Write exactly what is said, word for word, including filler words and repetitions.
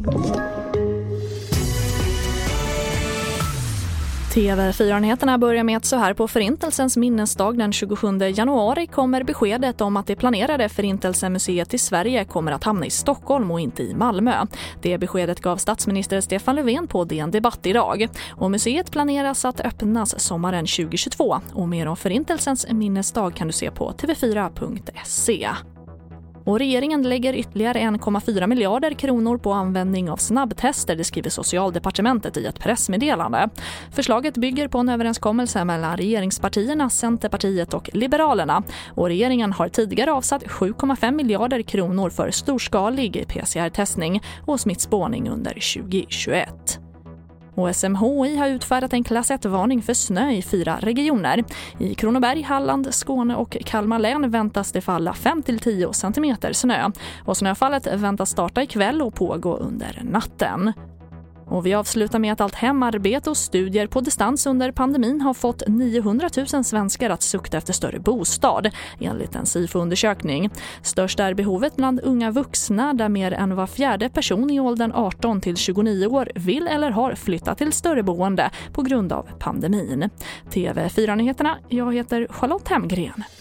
T V fyra-nyheterna börjar med att så här på Förintelsens minnesdag den tjugosjunde januari kommer beskedet om att det planerade Förintelsemuseet i Sverige kommer att hamna i Stockholm och inte i Malmö. Det beskedet gav statsminister Stefan Löfven på D N Debatt idag. Och museet planeras att öppnas sommaren tjugohundratjugotvå. Och mer om Förintelsens minnesdag kan du se på t v fyra punkt se. Och regeringen lägger ytterligare en komma fyra miljarder kronor på användning av snabbtester, det skriver Socialdepartementet i ett pressmeddelande. Förslaget bygger på en överenskommelse mellan regeringspartierna, Centerpartiet och Liberalerna. Och regeringen har tidigare avsatt sju komma fem miljarder kronor för storskalig P C R-testning och smittspårning under tjugohundratjugoett. Och S M H I har utfärdat en klass ett-varning för snö i fyra regioner. I Kronoberg, Halland, Skåne och Kalmar län väntas det falla fem till tio centimeter snö. Och snöfallet väntas starta ikväll och pågå under natten. Och vi avslutar med att allt hemarbete och studier på distans under pandemin har fått niohundratusen svenskar att sukta efter större bostad, enligt en SIFO-undersökning. Störst är behovet bland unga vuxna, där mer än var fjärde person i åldern arton till tjugonio år vill eller har flyttat till större boende på grund av pandemin. T V fyra-nyheterna, jag heter Charlotte Hemgren.